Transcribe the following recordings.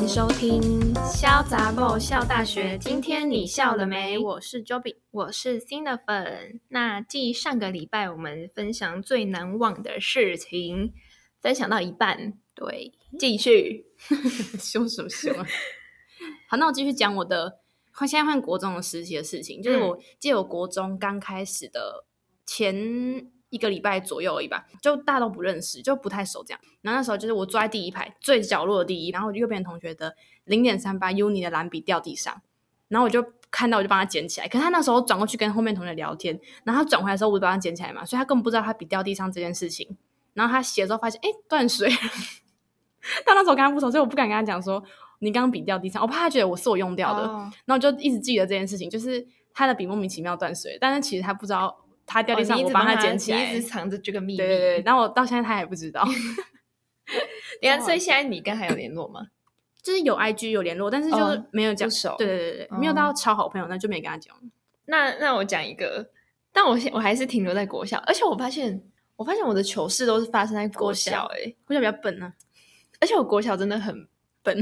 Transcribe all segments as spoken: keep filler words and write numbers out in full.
迎收听《笑杂某笑大学》。今天你笑了没？ 我是 Joby， 我是新的粉。那继上个礼拜我们分享最难忘的事情，分享到一半，对，继续凶什么凶啊？好，那我继续讲我的现在换国中的实习的事情。就是我记得我国中刚开始的前一个礼拜左右而已吧，就大家都不认识，就不太熟这样。然后那时候就是我坐在第一排最角落的第一，然后右边同学的 零点三八 uni 的蓝笔掉地上，然后我就看到我就帮他捡起来。可是他那时候转过去跟后面同学聊天，然后他转回来的时候我就帮他捡起来嘛，所以他根本不知道他笔掉地上这件事情。然后他写的时候发现哎断水了但那时候我跟他不熟，所以我不敢跟他讲说你刚刚笔掉地上，我怕他觉得我是我用掉的。 哦、 然后我就一直记得这件事情，就是他的笔莫名其妙断水，但是其实他不知道他掉地上、哦、我帮他捡起来， 你一直藏着这个秘密。 对对对，然后我到现在他还不知道等下所以现在你跟他有联络吗？ 就是有 I G 有联络，但是就是没有讲、 哦、不熟。 对对对对、哦、没有到超好朋友，那就没跟他讲。 那那我讲一个，但我我还是停留在国校，而且我发现我发现我的糗事都是发生在国校。哎、欸， 国小比较笨啊， 而且我国小真的很笨。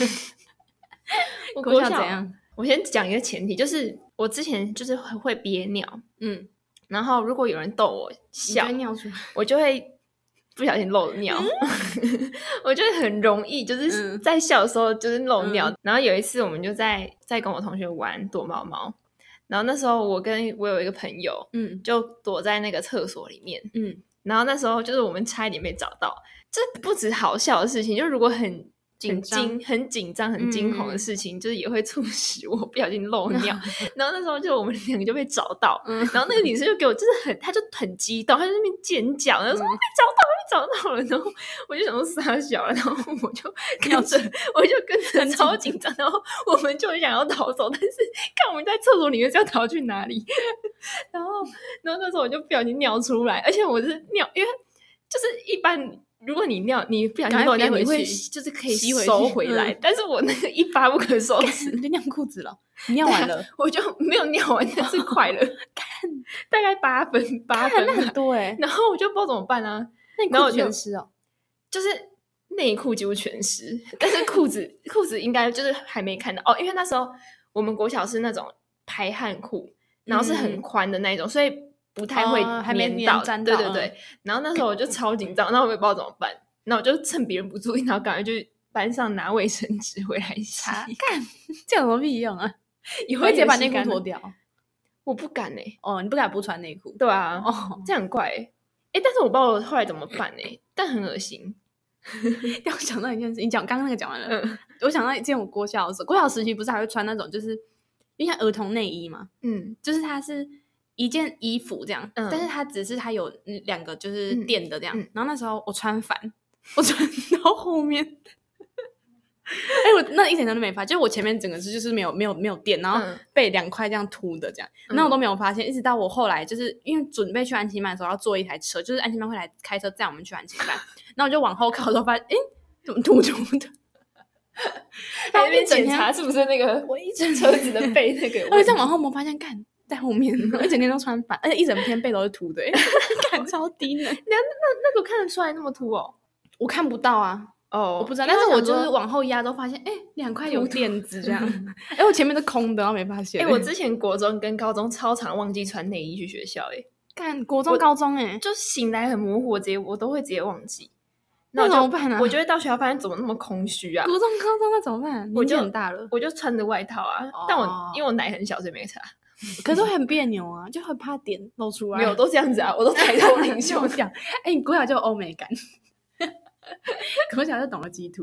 我国小怎样？ 我先讲一个前提，就是我之前就是会憋尿，嗯，然后如果有人逗我笑， 你就会尿出来， 我就会不小心漏尿，嗯、我就会很容易就是在笑的时候就是漏尿。嗯、然后有一次我们就在在跟我同学玩躲猫猫，然后那时候我跟我有一个朋友，嗯，就躲在那个厕所里面，嗯，然后那时候就是我们差一点被找到。这不止好笑的事情，就如果很紧张、很紧张、很惊恐的事情，嗯、就是也会促使我不小心漏尿。然后那时候就我们两个就被找到，嗯、然后那个女生就给我，就是很，她就很激动，她在那边尖叫，然后说、嗯、被找到了，被找到了。然后我就想说傻小了，然后我就跟着，我就跟着超紧张，然后我们就想要逃走，但是看我们在厕所里面是要逃去哪里？然后，然后那时候我就不小心尿出来，而且我是尿，因为就是一般。如果你尿，你不小心漏尿，你会就是可以收回来，嗯、但是我那个一发不可收拾， 你就尿裤子了。你尿完了， 我就没有尿完，但是快了，大概八分，八分， 那很多哎、欸。 然后我就不知道怎么办啊， 那你裤子全湿哦， 就是内裤几乎全湿，但是裤子裤子应该就是还没看到哦，因为那时候我们国小是那种排汗裤，然后是很宽的那种，嗯、所以。不太会粘到， 哦、 对对对。然后那时候我就超紧张，然后我也不知道怎么办，然后我就趁别人不注意，然后赶快去班上拿卫生纸回来擦。 干，这有什么屁用啊？你会直接把内裤脱掉？ 我不敢哎、欸。 哦，你不敢不穿内裤？ 对啊，哦，这样很怪哎、欸。哎，但是我不知道我后来怎么办哎、欸，但很恶心。 让我想到一件事，你讲刚刚那个讲完了，嗯、我想到之前我国小的时候，国小时期不是还会穿那种就是因为像儿童内衣嘛，嗯，就是它是。一件衣服这样，嗯、但是它只是它有两个就是垫的这样，嗯嗯、然后那时候我穿反，我穿到后面，哎，我那一整天都没发现，就是我前面整个是就是没有没有没有垫，然后被两块这样凸的这样，嗯、那我都没有发现，一直到我后来就是因为准备去安亲班的时候要坐一台车，就是安亲班会来开车载我们去安亲班，然后我就往后靠的时候发现，哎，怎么凸凸的？ 然后那边检查是不是那个我一整车子的背那个， 我再往后摸发现，干。在后面，我一整天都穿反，而且一整片背都是凸的，看超低能。那那那个看得出来那么凸哦？ 我看不到啊，哦，我不知道。但是我就是往后压，都发现，哎，两块有垫子这样。哎，我前面是空的，然后没发现。 哎，我之前国中跟高中超常忘记穿内衣去学校，哎， 干国中、高中，哎， 就醒来很模糊，我直接我都会直接忘记。 那怎么办呢？ 我就会到学校发现怎么那么空虚啊？ 国中、高中那怎么办？年纪很大了， 我就穿着外套啊，但我因为我奶很小，所以没差。 可是会很别扭啊，就很怕点露出来。 没有，都这样子啊，我都抬头挺胸讲。哎、欸，你国小就有欧美感，国小就懂了基督。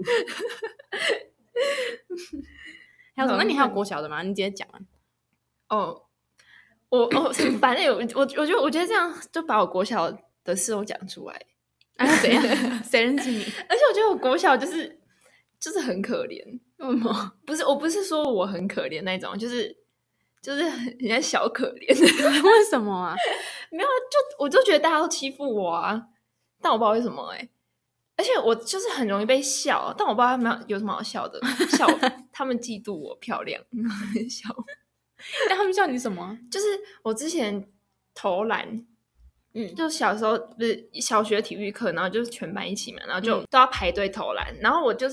还有什么？那你还有国小的吗？你直接讲啊。 哦，我我反正有我，我觉得我觉得这样就把我国小的事都讲出来。 啊，怎样？谁认识你？ 而且我觉得我国小就是就是很可怜。 为什么？ 不是，我不是说我很可怜那种，就是。就是人家小可怜， 为什么啊？ 没有，就我就觉得大家都欺负我啊，但我不知道为什么哎、欸。而且我就是很容易被笑，但我不知道他们有什么好笑的，笑他们嫉妒我漂亮，笑。 但他们笑你什么？ 就是我之前投篮，嗯，就小时候不是小学体育课，然后就是全班一起嘛，然后就都要排队投篮，嗯、然后我就是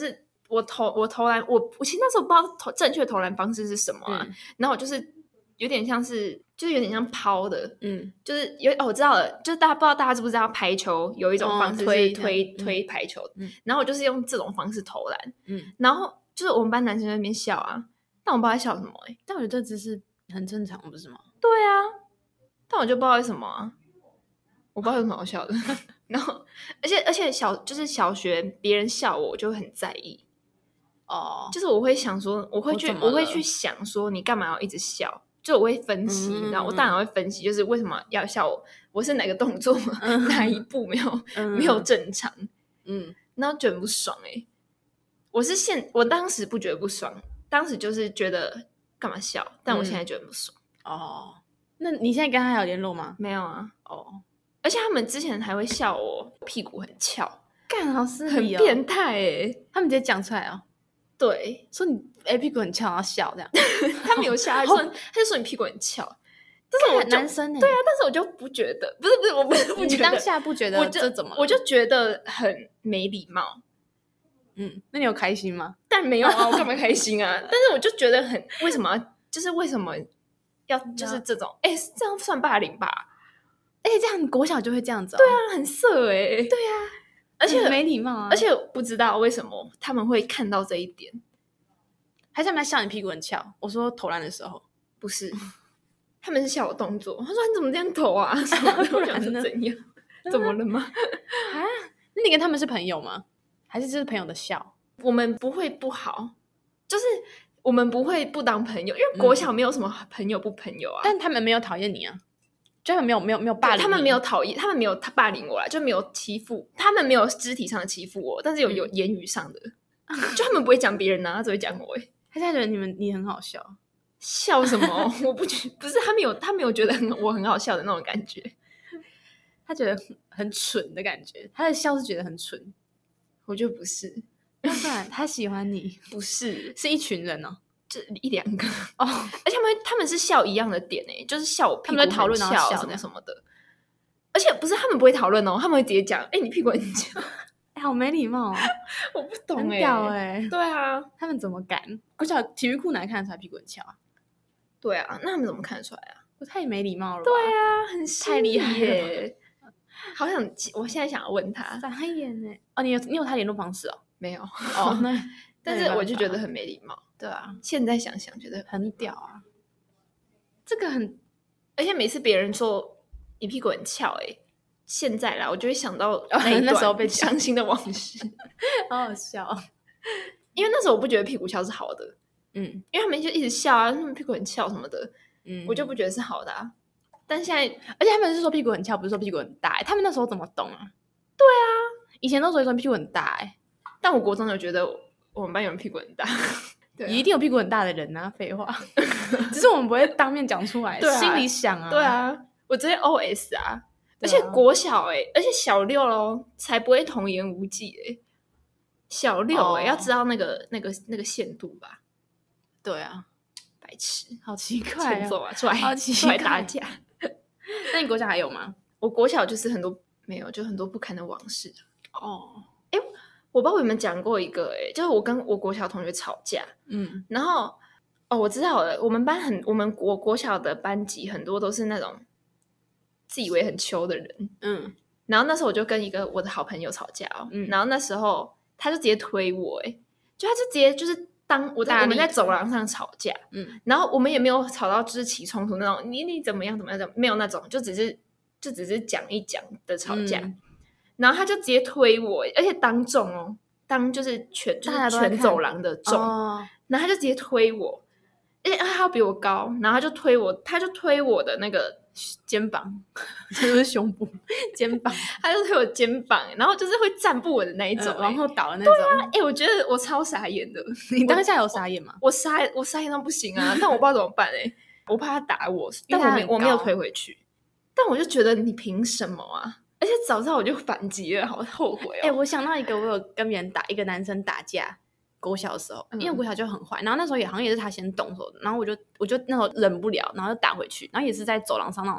我投我投篮，我我其实那时候不知道投正确投篮方式是什么啊，嗯、然后我就是有点像是，就是有点像抛的，嗯，就是有哦，我知道了，就是大家不知道大家知不知道排球有一种方式是推、哦、推、嗯、推排球，嗯，然后我就是用这种方式投篮，嗯，然后就是我们班男生在那边笑啊，但我不知道在笑什么哎、欸， 但我觉得这姿势很正常，不是吗？ 对啊，但我就不知道为什么啊，我不知道有什么好笑的，然后而且而且小就是小学别人笑我，我就会很在意。哦，就是我会想说，我会去，我, 我会去想说，你干嘛要一直笑？就我会分析，嗯、然后我当然会分析，就是为什么要笑我？我是哪个动作、嗯、哪一步没有、嗯、没有正常？嗯，然后觉得不爽哎、欸。我是现，我当时不觉得不爽，当时就是觉得干嘛笑？但我现在觉得不爽。 嗯、哦，那你现在跟他还有联络吗？ 没有啊。哦，而且他们之前还会笑我屁股很翘， 干好失礼哦，很变态哎、欸。 他们直接讲出来哦。对，说你哎屁股很翘，然后笑这样。 他没有笑，他就说他就说你屁股很翘。但是我男生哎、欸， 对啊，但是我就不觉得，不是不是，我不是不觉得， 你当下不觉得这怎么？ 我就觉得很没礼貌。 嗯，那你有开心吗？ 但没有啊，我干嘛开心啊？但是我就觉得很，为什么要？就是为什么要？就是这种，哎、欸，这样算霸凌吧？ 而且这样国小就会这样子、哦， 对啊，很色哎、欸， 对啊， 而且没礼貌啊， 而且不知道为什么他们会看到这一点， 还是他们在笑你屁股很翘？我说投篮的时候不是，他们是笑我动作。他说你怎么这样投啊？我想说怎样？怎么了吗？ 啊？那你跟他们是朋友吗？还是就是朋友的笑？ 我们不会不好，就是我们不会不当朋友，因为国小没有什么朋友不朋友啊。 嗯、但他们没有讨厌你啊，就他们没有没有没有霸凌你， 他们没有讨厌，他们没有霸凌我啦，就没有欺负，他们没有肢体上的欺负我，但是有、嗯、有言语上的，就他们不会讲别人啊，他只会讲我、欸。 他现在觉得你们你很好笑， 笑什么？我不觉不是他没有他没有觉得很我很好笑的那种感觉， 他觉得很蠢的感觉，他的笑是觉得很蠢。 我觉得不是， 不然他喜欢你， 不是， 是一群人哦， 就一两个哦，而且他们他们是笑一样的点诶、欸，就是笑我屁股很翘，他们在讨论笑什么什么的，而且不是他们不会讨论哦，他们会直接讲，哎、欸，你屁股很翘， 哎、欸，好没礼貌哦， 我不懂哎、 欸，很屌哎、欸， 对啊， 他们怎么敢？国小体育裤哪看得出来屁股很翘啊？ 对啊，那他们怎么看得出来啊？ 我太没礼貌了吧， 对啊，很太厉害了。好想，我现在想要问他， 傻眼呢、欸？哦，你有你有他联络方式哦？ 没有哦，那但是我就觉得很没礼貌。 对啊， 现在想想觉得很屌啊，这个很， 而且每次别人说你屁股很翘，哎，现在啦，我就会想到那一段那时候被伤心的往事， 好好笑。 因为那时候我不觉得屁股翘是好的，嗯，因为他们就一直笑啊，他们屁股很翘什么的，嗯，我就不觉得是好的啊。但现在， 而且他们是说屁股很翘，不是说屁股很大、欸。他们那时候怎么懂啊？对啊，以前都说说屁股很大、欸， 但我国中有觉得我们班有人屁股很大， 对、啊，一定有屁股很大的人啊，废话，只是我们不会当面讲出来， 对啊， 心里想啊。 对啊，我直接 O S 啊，啊而且国小哎、欸，而且小六咯，才不会童言无忌哎、欸，小六哎、欸哦，要知道那个那个那个限度吧？ 对啊， 白痴， 好奇怪啊， 啊出来好奇怪出来打架。 那你国小还有吗？ 我国小就是很多没有，就很多不堪的往事。 哦， 哎，我不知道有没有讲过一个、欸，哎，就是我跟我国小同学吵架，嗯，然后哦，我知道了，我们班很，我们国国小的班级很多都是那种自以为很秋的人，嗯，然后那时候我就跟一个我的好朋友吵架哦，嗯，然后那时候他就直接推我、欸，哎，就他就直接就是当我在我们在走廊上吵架，嗯，然后我们也没有吵到就是起冲突那种，你你怎么样怎么样怎么没有那种，就只是就只是讲一讲的吵架，嗯、然后他就直接推我，而且当众哦，当就是全就是全走廊的众，哦、然后他就直接推我，而且他比我高，然后他就推我，他就推我的那个肩膀， 这不是胸部，肩膀， 他就推我肩膀，然后就是会站不稳的那一种、欸， 往后倒的那种。 对啊，哎、欸，我觉得我超傻眼的。 你当下有傻眼吗？ 我, 我傻，我傻眼到不行啊！但我不知道怎么办哎、欸，我怕他打我，但我没我没有推回去。但我就觉得你凭什么啊？而且早知道我就反击了，好后悔哦。 哎、欸，我想到一个，我有跟别人打一个男生打架。国小的时候，因为国小就很坏、嗯，然后那时候也好像也是他先动手的，然后我就我就那时候忍不了，然后就打回去，然后也是在走廊上那种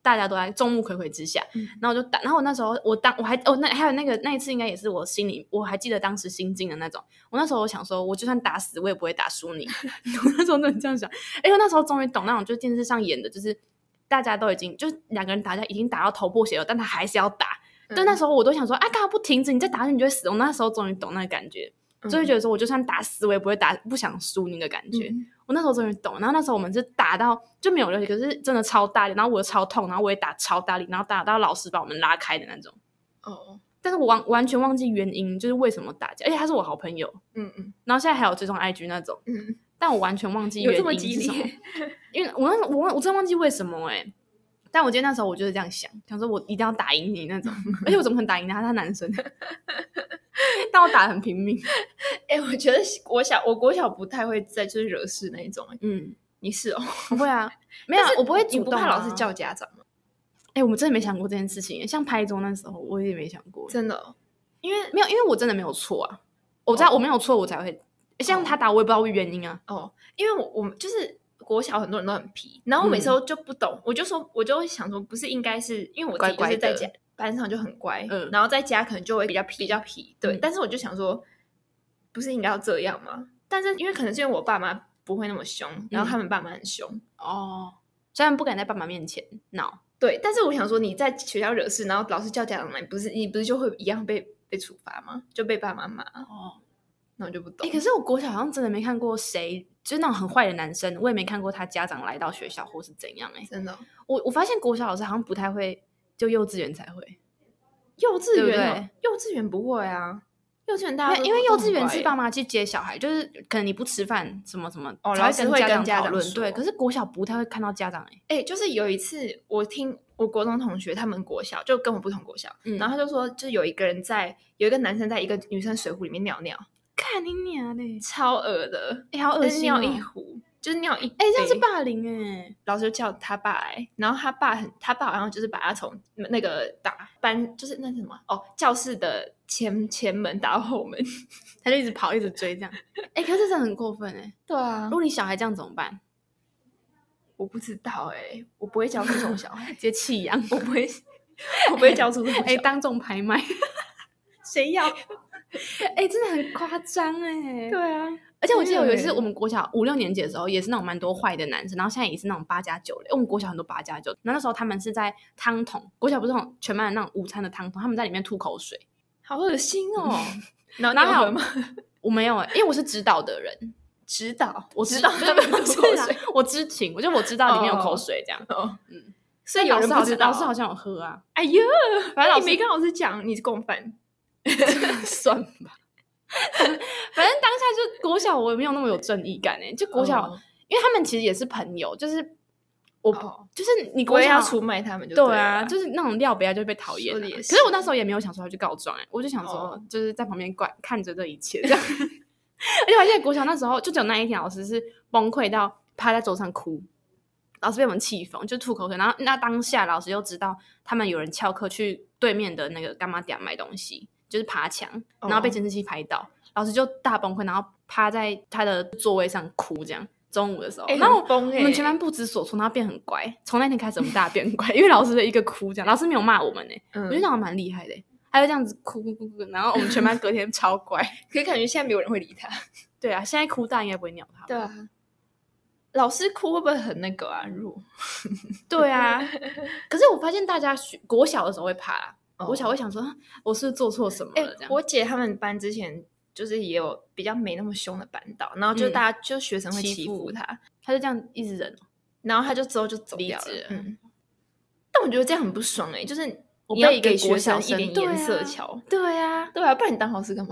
大家都在众目睽睽之下，嗯、然后我就打，然后我那时候我当我还哦那还有那个那一次应该也是我心里我还记得当时心境的那种，我那时候我想说我就算打死我也不会打输你，我那时候真的这样想，因为那时候终于懂那种就电视上演的，就是大家都已经就是两个人打架已经打到头破血流，但他还是要打，嗯、但那时候我都想说啊干嘛不停止，你再打下去你就会死，我那时候终于懂那个感觉。就会觉得说我就算打死我也不会打不想输你的感觉、嗯、我那时候终于懂，然后那时候我们是打到就没有流血，可是真的超大力，然后我超痛，然后我也打超大力，然后打到老师把我们拉开的那种哦，但是我完完全忘记原因就是为什么打架，而且他是我好朋友，嗯嗯，然后现在还有追踪 I G 那种，嗯，但我完全忘记原因是什么，因为我那我我真的忘记为什么哎、欸，但我今天那时候我就是这样想想说我一定要打赢你那种而且我怎么可能打赢他，他男生但我打得很拼命哎、欸，我觉得我小我国小不太会在就是惹事那一种、欸、嗯，你是哦？ 不会啊，没有，我不会主动、啊、 你不怕老师叫家长吗？ 哎、欸，我们真的没想过这件事情，像拍桌那时候我也没想过， 真的、哦， 因为没有，因为我真的没有错啊，我知道我没有错，我才会像他打我也不知道原因啊。 哦，因为我我们就是国小很多人都很皮，然后我每次都就不懂，嗯、我就说我就会想说，不是应该是因为我自己就是在家班上就很乖，嗯，然后在家可能就会比较皮比较皮，对、嗯，但是我就想说，不是应该要这样吗？但是因为可能是因为我爸妈不会那么凶，然后他们爸妈很凶、嗯、 哦，虽然不敢在爸妈面前闹， 对，但是我想说你在学校惹事，然后老师叫家长来，不是你不是就会一样被被处罚吗？就被爸妈骂哦，那我就不懂。 哎、欸，可是我国小好像真的没看过谁，就是那种很坏的男生，我也没看过他家长来到学校或是怎样、欸。哎， 真的， 我我发现国小老师好像不太会，就幼稚园才会。 幼稚园、哦，幼稚园不会啊。幼稚园大家因为幼稚园是爸妈去接小孩，就是可能你不吃饭什么什么， 哦， 才会跟家长讨论。 对，可是国小不太会看到家长哎、 欸。哎、欸，就是有一次我听我国中同学他们国小就跟我不同国小、嗯，然后他就说，就有一个人在有一个男生在一个女生水壶里面尿尿， 看你娘嘞， 超恶的， 哎、欸，好恶心、哦， 尿一壶。就是尿一哎、欸，这样是霸凌哎、欸！ 老师就叫他爸来，然后他爸很，他爸好像就是把他从那个打班，就是那是什么哦，教室的前前门打到后门， 他就一直跑，一直追这样。哎、欸，可是这真的很过分哎、欸。 对啊， 如果你小孩这样怎么办？ 我不知道哎、欸，我不会教出这种小孩， 直接弃养， 我不会，我不会教出这种小孩。 哎、欸，当众拍卖，谁要？哎、欸，真的很夸张哎。 对啊。 而且我记得有一次我们国小五六年级的时候也是那种蛮多坏的男生，然后现在也是那种八加九类，我们国小很多八加九，然后那时候他们是在汤桶，国小不是那种全班的那种午餐的汤桶，他们在里面吐口水， 好恶心哦。 然后你有喝吗？我没有哎、欸，因为我是指导的人， 指导我知道他们吐口水，我知情，我就我知道里面有口水这样，哦，嗯，所以有人不知道，老师好像有喝啊， 哎呀， 反正老师你没跟老师讲你是共犯， 算吧。反正当下就国小我没有那么有正义感哎、欸，就国小、哦，因为他们其实也是朋友，就是我、哦、就是你国小要出卖他们就对, 对啊，就是那种料不要就被讨厌、啊。可是我那时候也没有想说要去告状哎、欸，我就想说就是在旁边观看着这一切这样。而且我还记得国小那时候就只有那一天，老师是崩溃到趴在桌上哭，老师被我们气疯，就吐口水。然后那当下老师又知道他们有人翘课去对面的那个干妈店买东西。就是爬墙，然后被监视器拍到， oh. 老师就大崩溃，然后趴在他的座位上哭，这样中午的时候， 欸、 然后我们全班不知所措，然后变很乖。从那天开始，我们大家变很乖，因为老师的一个哭，这样老师没有骂我们呢、欸嗯，我觉得老师蛮厉害的、欸，还会这样子哭哭哭哭，然后我们全班隔天超乖。 可是感觉现在没有人会理他。 对啊，现在哭大应该不会鸟他。 对啊，老师哭会不会很那个啊弱？ 对啊，可是我发现大家国小的时候会怕啦。我小会想说，我是做错什么了、欸、这样。 我姐他们班之前就是也有比较没那么凶的班导，然后就大家、嗯、就学生会欺负他， 他就这样一直忍， 然后他就之后就走掉了。嗯，但我觉得这样很不爽哎、欸，就是我你要给学生一点颜色瞧。 对啊， 对啊，不然你当老师干嘛？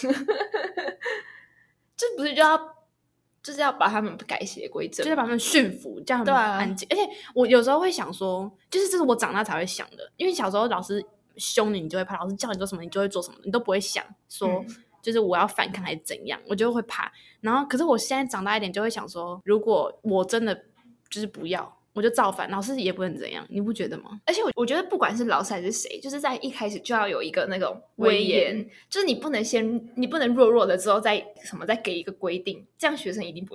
这不是就要就是要把他们改邪归正， 就是把他们驯服，这样他们安静、啊。而且我有时候会想说，就是这是我长大才会想的，因为小时候老师凶你，你就会怕；老师叫你做什么，你就会做什么，你都不会想说，嗯、就是我要反抗还是怎样，我就会怕。然后，可是我现在长大一点，就会想说，如果我真的就是不要，我就造反，老师也不能怎样，你不觉得吗？ 而且我我觉得，不管是老师还是谁，就是在一开始就要有一个那种威严，就是你不能先，你不能弱弱的之后再什么再给一个规定，这样学生一定不会听。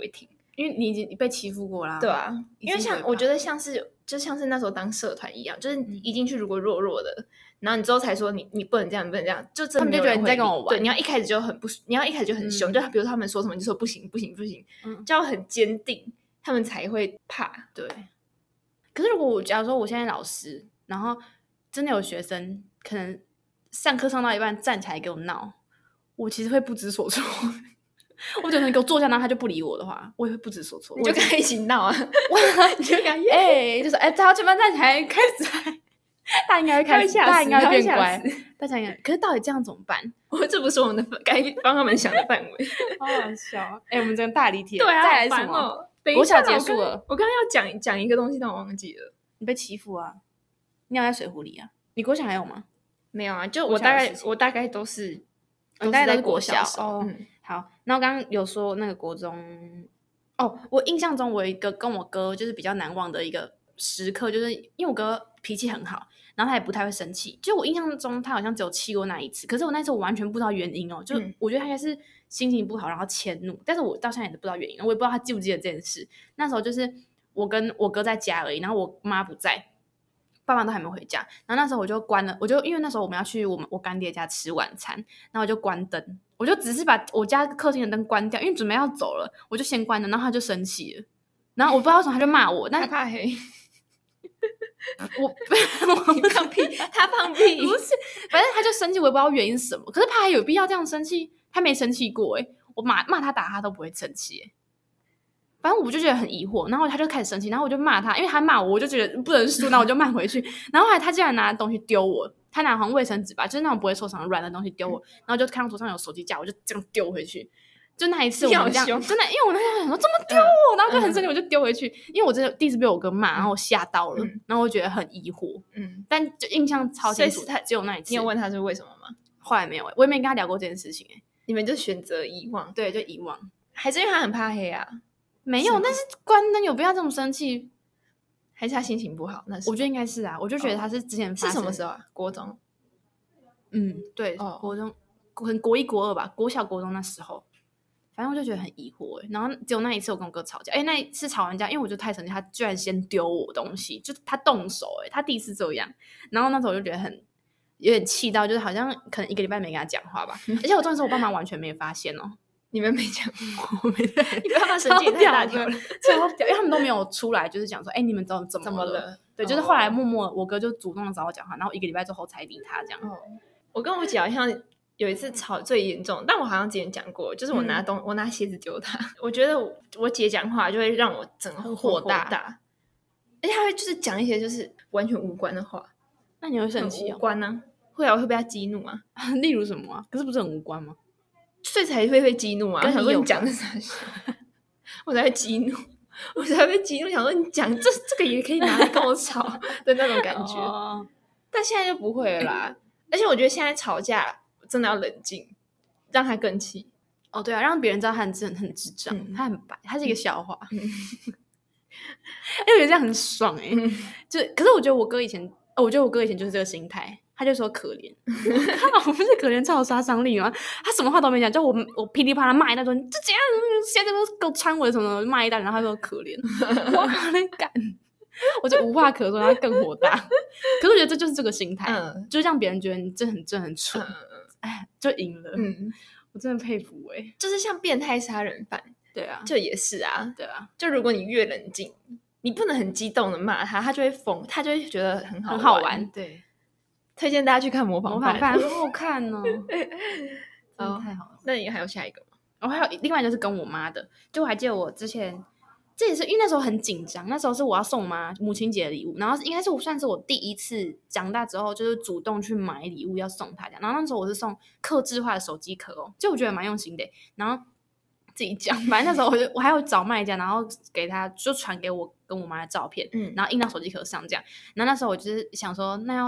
因为你已经被欺负过啦。 对啊，因为像我觉得像是就像是那时候当社团一样，就是你一进去如果弱弱的，然后你之后才说你你不能这样，你不能这样，就真的没有人会理。他们就觉得你在跟我玩。对，你要一开始就很不，你要一开始就很凶，嗯、就比如说他们说什么，你就说不行不行不行，嗯、就要很坚定，他们才会怕。 对。可是如果我假如说我现在老师，然后真的有学生可能上课上到一半站起来给我闹，我其实会不知所措。我觉得你给我坐下，然后他就不理我的话，我也会不知所措。 你就跟他一起闹啊！你就跟他哎、欸，就是哎，他这边站起来开始，他应该会开始，他应该会变乖，大家应该。可是到底这样怎么办？ 我这不是我们的该帮他们想的范围。 好好笑啊！哎、欸，我们真的大离题了。 对啊， 再来什么？ 国小结束了， 我刚刚要讲讲一个东西，但我忘记了。 你被欺负啊？尿在水壶里啊？你国小还有吗？ 没有啊，就我大概我大概都是， 我大概都是国小哦。 嗯，好。然后刚刚有说那个国中，哦，我印象中我有一个跟我哥就是比较难忘的一个时刻，就是因为我哥脾气很好，然后他也不太会生气。就我印象中他好像只有气过那一次，可是我那次我完全不知道原因哦，就我觉得他应该是心情不好然后迁怒，但是我到现在也不知道原因，我也不知道他记不记得这件事。那时候就是我跟我哥在家而已，然后我妈不在，爸妈都还没回家，然后那时候我就关了，我就因为那时候我们要去我们我干爹家吃晚餐，然后我就关灯，我就只是把我家客厅的灯关掉，因为准备要走了，我就先关了，然后他就生气了，然后我不知道为什么他就骂我，但他怕黑， 我我放屁，他放屁， 不是，反正他就生气，我也不知道原因是什么，可是他还有必要这样生气？他没生气过哎、欸，我骂骂他打他都不会生气哎、欸。反正我就觉得很疑惑，然后他就开始生气，然后我就骂他，因为他骂我，我就觉得不能输，然后我就骂回去。然后后来他竟然拿东西丢我，他拿好像卫生纸吧，就是那种不会受伤软的东西丢我，然后就看到桌上有手机架，我就这样丢回去。就那一次我们这样，真的，因为我那时候想说怎么丢我，然后就很生气，我就丢回去，因为我真的第一次被我哥骂，然后我吓到了，然后我觉得很疑惑，嗯，但就印象超清楚，只有那一次。 你有问他是为什么吗？ 后来没有、欸，我也没跟他聊过这件事情、欸， 你们就选择遗忘， 对，就遗忘， 还是因为他很怕黑啊？ 没有，但是关灯有必要这么生气？ 还是他心情不好？那是我觉得应该是啊，我就觉得他是之前发生、 哦、是什么时候啊？国中？ 嗯，对，哦、国中，可能国一国二吧，国小国中那时候，反正我就觉得很疑惑哎。然后只有那一次我跟我哥吵架，哎，那一次吵完架，因为我就太生气，他居然先丢我东西，就他动手哎，他第一次这样。然后那时候我就觉得很有点气到，就是好像可能一个礼拜没跟他讲话吧。而且我重点是我爸妈完全没发现哦。 你们没讲过，我没在。 你爸妈生气太大条了， 超屌，因为他们都没有出来，就是讲说，哎、欸，你们怎么怎么了？对，就是后来默默，我哥就主动的找我讲话，然后一个礼拜之后才理他这样。哦、 我跟我姐好像有一次吵最严重，但我好像之前讲过，就是我拿东、嗯、我拿鞋子丢他，我觉得 我, 我姐讲话就会让我整个火大，大而且她会就是讲一些就是完全无关的话。 那你会生气、 哦？无关啊，会啊，会被他激怒啊。 例如什么啊？可是不是很无关吗？ 所以才会被激怒啊！想说你讲的啥，我才会激怒，我才会激怒。想说你讲这这个也可以拿来跟我吵的那种感觉，哦、但现在就不会了啦。而且我觉得现在吵架真的要冷静，让他更气。 哦，对啊，让别人知道他很很很智障，嗯、他很白，他是一个笑话。嗯、哎，我觉得这样很爽哎、欸。嗯、就可是我觉得我哥以前，哦，我觉得我哥以前就是这个心态。他就说可怜，靠，我不是可怜超有杀伤力吗？他什么话都没讲，就我我噼里啪啦骂一大堆，这怎样？现在都给我穿我的什么骂一大堆，然后他说可怜，哇，那敢，我就无话可说，他更火大。可是我觉得这就是这个心态，嗯、就是让别人觉得你真很真很蠢，哎、嗯，就赢了。嗯，我真的佩服哎、欸， 就是像变态杀人犯， 对啊， 就也是啊， 对啊， 就如果你越冷静，你不能很激动的骂他，他就会疯，他就会觉得很好玩， 很好玩，对。 推荐大家去看模仿犯， 模仿犯很好看哦，真的太好了。 那你还有下一个吗？ 我、哦、还有另外就是跟我妈的，就我还记得我之前，这也是因为那时候很紧张，那时候是我要送我妈母亲节的礼物，然后应该是我算是我第一次长大之后就是主动去买礼物要送她，然后那时候我是送客制化的手机壳哦，就我觉得蛮用心的，然后自己讲，反正那时候我就我还有找卖家，然后给他就传给我跟我妈的照片，嗯，然后印到手机壳上这样，然后那时候我就是想说那要。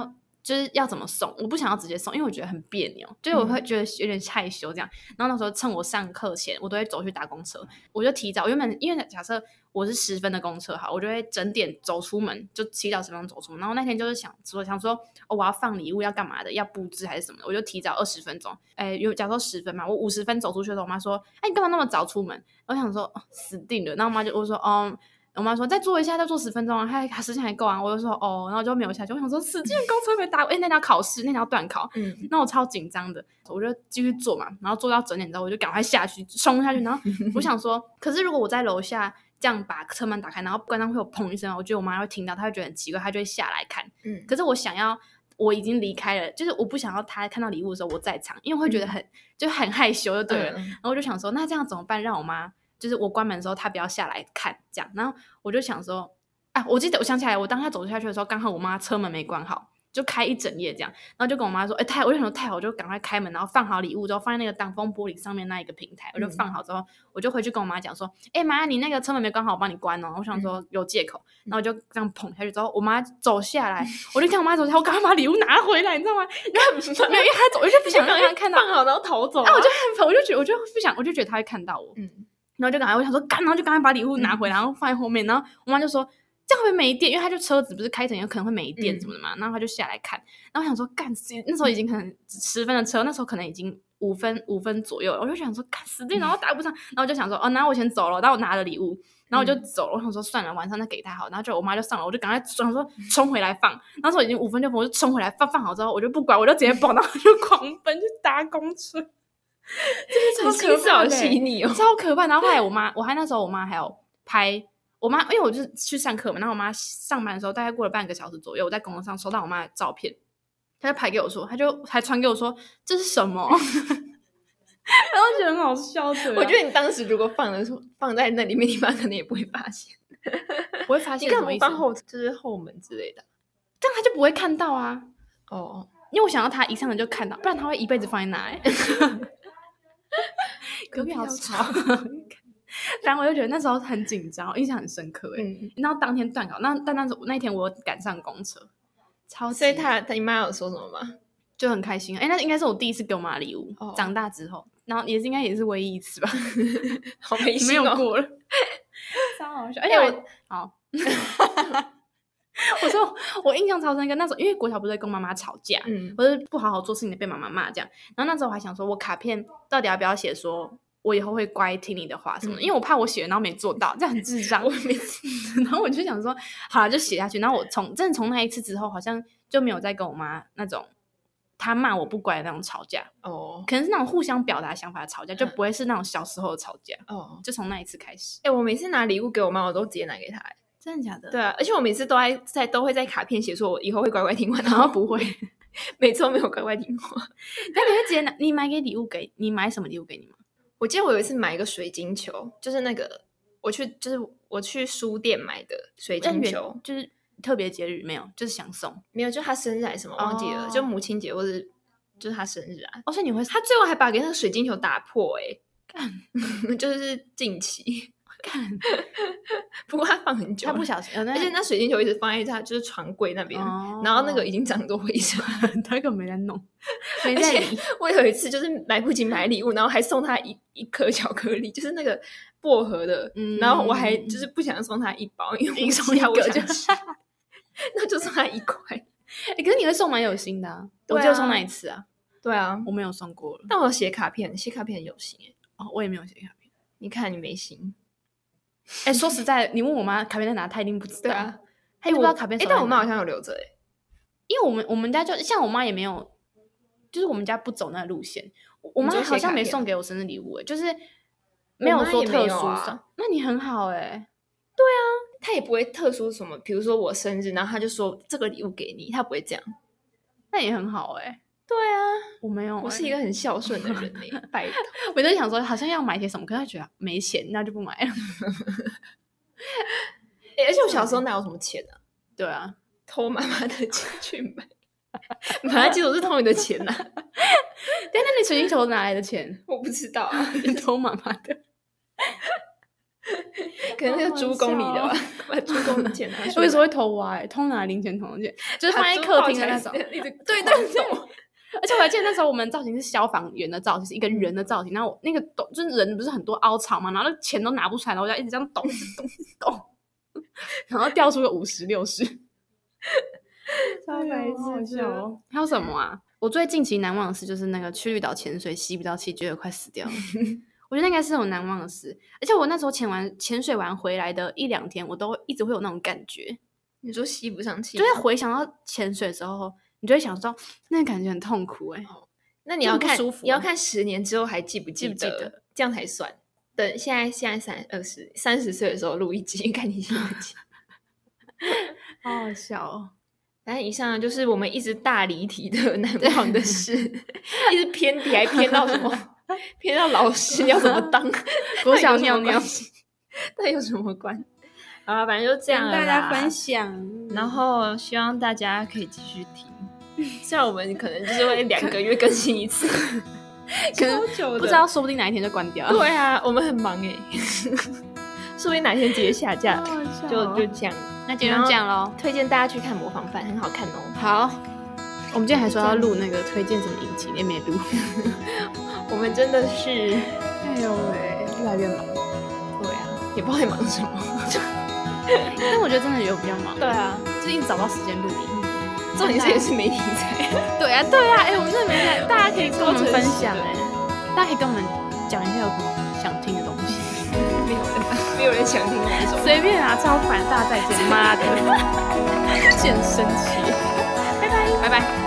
就是要怎么送，我不想要直接送，因为我觉得很别扭，就是我会觉得有点害羞这样。嗯、然后那时候趁我上课前，我都会走去搭公车，我就提早，原本因为假设我是十分的公车好，我就会整点走出门，就提早十分钟走出门。然后那天就是想说想说、哦、我要放礼物要干嘛的，要布置还是什么的，我就提早二十分钟，哎，有假如说十分嘛，我五十分走出去的时候，我妈说，哎，你干嘛那么早出门？我想说、哦、死定了，然后我妈就我说，哦。我妈说再坐一下，再坐十分钟啊，还时间还够啊。我就说哦，然后就没有下去。我想说，死定公车没搭，哎，那条考试，那条段考，嗯，那我超紧张的，我就继续坐嘛，然后坐到整点之后，我就赶快下去，冲下去。然后我想说，可是如果我在楼下这样把车门打开，然后关上会有砰一声，我觉得我妈会听到，她会觉得很奇怪，她就会下来看。嗯，可是我想要，我已经离开了，就是我不想要她看到礼物的时候我在场，因为我会觉得很、嗯、就很害羞，就对了、嗯。然后我就想说，那这样怎么办？让我妈。就是我关门的时候他不要下来看这样，然后我就想说啊，我记得我想起来我当他走下去的时候刚好我妈车门没关好，就开一整夜这样，然后就跟我妈说哎、欸，太我就想说太好，我就赶快开门，然后放好礼物之后放在那个挡风玻璃上面那一个平台，我就放好之后、嗯、我就回去跟我妈讲说哎、欸、妈你那个车门没关好我帮你关哦，我想说有借口、嗯、然后我就这样捧下去之后我妈走下来我就看我妈走下来，我赶快把礼物拿回来你知道吗？因为因为她走我就不想让她看到放好然后逃走、啊啊、我就很我就觉得我就不想我就觉得她会看到我嗯然后就赶快我想说干，然后就赶快把礼物拿回来、嗯、然后放在后面，然后我妈就说这样会不会没电，因为他就车子不是开成有可能会没电什么的嘛、嗯、然后他就下来看，然后我想说干那时候已经可能十分的车，那时候可能已经五分五分左右了，我就想说干死定然后打不上、嗯、然后我就想说哦，然后我先走了，然后我拿了礼物然后我就走了、嗯、我想说算了晚上再给他好，然后就我妈就上了，我就赶快想说冲回来放，那时候已经五分六分我就冲回来放放好之后我就不管，我就直接跑，然后就狂奔去搭公车真的超可怕的、欸、 洗你哦， 超可怕。然后后来我妈，我还那时候我妈还有拍我妈，因为我就是去上课嘛，然后我妈上班的时候大概过了半个小时左右，我在公车上收到我妈的照片，她就拍给我说，她就还传给我说这是什么，然后觉得很好笑。 我觉得你当时如果放的放在那里面，你妈可能也不会发现， 不会发现你干嘛不放后就是后门之类的， 这样她就不会看到啊。 哦， 因为我想要她一上来就看到，不然她会一辈子放在那、欸。隔壁好吵，然后我就觉得那时候很紧张，印象很深刻哎、欸嗯。然后当天断考，那但那那天我赶上公车，超所以他他你妈有说什么吗？ 就很开心哎、欸，那应该是我第一次给我妈礼物、哦，长大之后，然后也是应该也是唯一一次吧， 好没心、哦、 没有过了，超好笑。而且我、欸、好，我说我印象超深刻，那时候因为国小不是在跟妈妈吵架，嗯，或者不好好做事情的被妈妈骂这样，然后那时候我还想说，我卡片到底要不要写说我以后会乖听你的话什么的、嗯、因为我怕我写了然后没做到，这样很智障。我没然后我就想说，好了就写下去。然后我从真的从那一次之后，好像就没有再跟我妈那种她骂我不乖的那种吵架哦，可能是那种互相表达想法的吵架，就不会是那种小时候的吵架哦。就从那一次开始。 哎、欸，我每次拿礼物给我妈，我都直接拿给她、欸。 真的假的？ 对啊，而且我每次都在在都会在卡片写说我以后会乖乖听话， 然后不会， 每次都没有乖乖听话。 那你会直接拿？你买给礼物给你买什么礼物给你吗？ 我记得我有一次买一个水晶球，就是那个我去就是我去书店买的水晶球， 就是特别节日没有，就是想送没有，就他生日还是什么忘记了， oh. 就母亲节或者就是他生日啊。 哦，所以你会他最后还把给那个水晶球打破哎、欸，就是近期。看，不过他放很久， 他不小心， 而且那水晶球一直放在他就是床柜那边、哦，然后那个已经长多灰尘， 他根本没在弄，没在理。 我有一次就是来不及买礼物，然后还送他一一颗巧克力，就是那个薄荷的、嗯，然后我还就是不想送他一包，因为一送一个就那就送他一块。 哎、欸，可是你会送蛮有心的啊，我只有送那一次啊。 对啊， 我没有送过了， 但我写卡片，写卡片很有心哎、欸。 哦，我也没有写卡片， 你看你没心。 哎、欸，说实在，你问我妈卡片在哪，她一定不知道。对啊， 她也不知道卡片。 哎、欸，但我妈好像有留着哎、欸， 因为我们我们家就像我妈也没有，就是我们家不走那个路线。我妈好像没送给我生日礼物哎、欸，就是没有说特殊送、啊。那你很好哎、欸。 对啊，她也不会特殊什么，比如说我生日，然后她就说这个礼物给你，她不会这样。 那也很好哎、欸。 对啊， 我没有、欸， 我是一个很孝顺的人哎、欸，拜托。 我就想说，好像要买些什么，可是他觉得没钱，那就不买了。 欸、而且我小时候哪有什么钱啊？ 对啊， 偷妈妈的钱去买，妈妈其实我是偷你的钱呐、啊。 但那你水晶球哪来的钱？ 我不知道啊， 偷妈妈的。 可能那个猪公里的吧，把猪公里钱拿出来。 我有时候会偷挖、欸，偷拿零钱桶的钱，就是放在客厅的那种。 一直对对对。而且我还记得那时候我们造型是消防员的造型，是一个人的造型。然后我那个抖，就是人不是很多凹槽嘛，然后钱都拿不出来，然后我就一直这样抖，一直抖，一直抖，然后掉出个五十六十， 超白痴的。 哦！还有什么啊？我最近期难忘的事就是那个去绿岛潜水吸不到气，觉得快死掉了。我觉得那应该是我难忘的事。而且我那时候潜完潜水完回来的一两天，我都一直会有那种感觉。 你说吸不上气， 就是回想到潜水的时候，你就会想说，那个感觉很痛苦哎、欸哦。 那你要看， 舒服、啊， 你要看十年之后还记不记得， 记不记得这样才算。等现在现在三二十三十岁的时候录一集，看你记不记得。 好好笑哦。 但以上就是我们一直大离题的难忘的事，一直偏题，还偏到什么？偏到老师要怎么当？ 国小尿尿， 那有什么关？啊，反正就这样了啦， 跟大家分享。 然后希望大家可以继续听，虽然我们可能就是会两个月更新一次， 可能不知道，说不定哪一天就关掉了。 对啊，我们很忙哎，说不定哪天直接下架，就就这样。 那今天就这样咯， 推荐大家去看模仿犯，很好看哦。 好，我们今天还说要录那个推荐什么影集，也没录。 我们真的是， 哎呦喂，越来越忙。 对啊，也不知道在忙什么。 但我觉得真的有比较忙。 对啊， 就一直找不到时间录音。 重点是也是没题材。 对啊，对啊，哎、欸，我们真的没题材，大家可以跟我们分享哎、欸，大家可以跟我们讲一下有什么想听的东西。 没有人，没有人想听哪一种。 随便啊，超烦，大家再见，妈的，见生气，拜拜，拜拜。